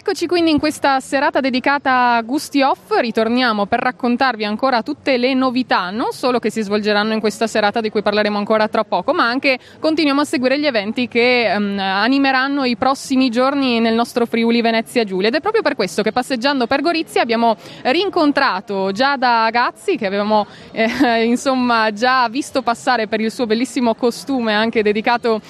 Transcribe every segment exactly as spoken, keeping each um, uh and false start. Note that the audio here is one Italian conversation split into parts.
Eccoci quindi in questa serata dedicata a Gusti Off. Ritorniamo per raccontarvi ancora tutte le novità, non solo che si svolgeranno in questa serata di cui parleremo ancora tra poco, ma anche continuiamo a seguire gli eventi che um, animeranno i prossimi giorni nel nostro Friuli Venezia Giulia. Ed è proprio per questo che passeggiando per Gorizia abbiamo rincontrato Giada Gazzi, che avevamo eh, insomma già visto passare per il suo bellissimo costume anche dedicato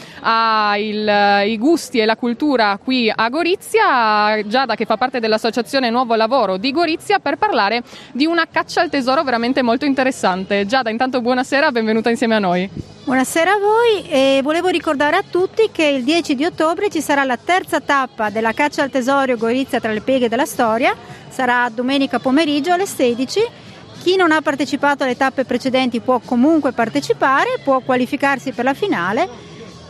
ai gusti e la cultura qui a Gorizia. Giada, che fa parte dell'associazione Nuovo Lavoro di Gorizia, per parlare di una caccia al tesoro veramente molto interessante. Giada, intanto buonasera, benvenuta insieme a noi. Buonasera a voi, e volevo ricordare a tutti che il dieci di ottobre ci sarà la terza tappa della caccia al tesoro Gorizia tra le pieghe della storia. Sarà domenica pomeriggio alle sedici. Chi non ha partecipato alle tappe precedenti può comunque partecipare, può qualificarsi per la finale.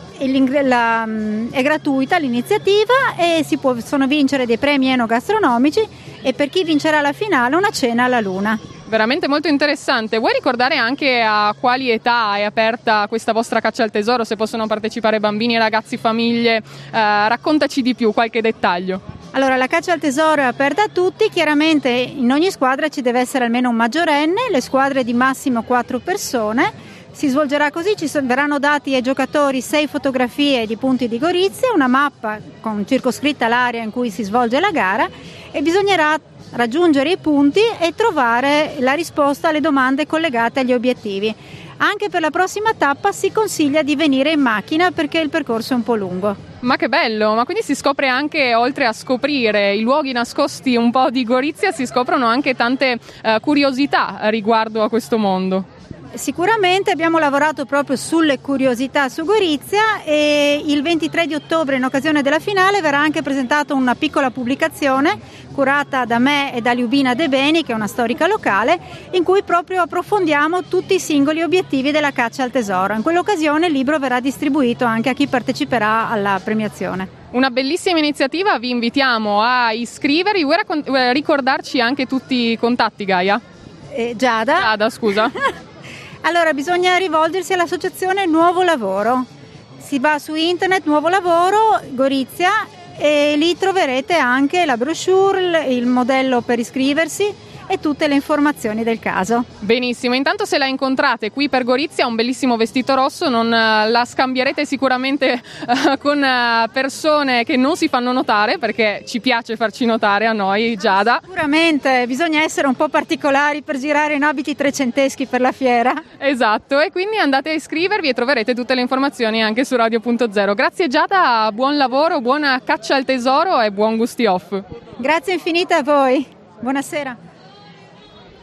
La, è gratuita l'iniziativa e si possono vincere dei premi enogastronomici, e per chi vincerà la finale una cena alla luna. Veramente molto interessante. Vuoi ricordare anche a quali età è aperta questa vostra caccia al tesoro? Se possono partecipare bambini, ragazzi, famiglie? Eh, raccontaci di più, qualche dettaglio. Allora, la caccia al tesoro è aperta a tutti. Chiaramente in ogni squadra ci deve essere almeno un maggiorenne, le squadre di massimo quattro persone. Si svolgerà così: ci verranno dati ai giocatori sei fotografie di punti di Gorizia, una mappa con circoscritta l'area in cui si svolge la gara, e bisognerà raggiungere i punti e trovare la risposta alle domande collegate agli obiettivi. Anche per la prossima tappa si consiglia di venire in macchina perché il percorso è un po' lungo. Ma che bello! Ma quindi si scopre anche, oltre a scoprire i luoghi nascosti un po' di Gorizia, si scoprono anche tante eh, curiosità riguardo a questo mondo. Sicuramente abbiamo lavorato proprio sulle curiosità su Gorizia, e il ventitré di ottobre, in occasione della finale, verrà anche presentata una piccola pubblicazione curata da me e da Liubina De Beni, che è una storica locale, in cui proprio approfondiamo tutti i singoli obiettivi della caccia al tesoro. In quell'occasione il libro verrà distribuito anche a chi parteciperà alla premiazione. Una bellissima iniziativa, vi invitiamo a iscrivervi. Vuoi raccont- vuoi ricordarci anche tutti i contatti, Gaia? Eh, Giada. Giada, scusa. Allora, bisogna rivolgersi all'associazione Nuovo Lavoro. Si va su internet, Nuovo Lavoro, Gorizia, e lì troverete anche la brochure, il modello per iscriversi e tutte le informazioni del caso. Benissimo, intanto se la incontrate qui per Gorizia, ha un bellissimo vestito rosso, non uh, la scambierete sicuramente uh, con uh, persone che non si fanno notare, perché ci piace farci notare a noi, Giada. Ah, sicuramente, bisogna essere un po' particolari per girare in abiti trecenteschi per la fiera. Esatto, e quindi andate a iscrivervi e troverete tutte le informazioni anche su Radio punto zero. Grazie Giada, buon lavoro, buona caccia al tesoro e buon Gusti Off. Grazie infinite a voi, buonasera.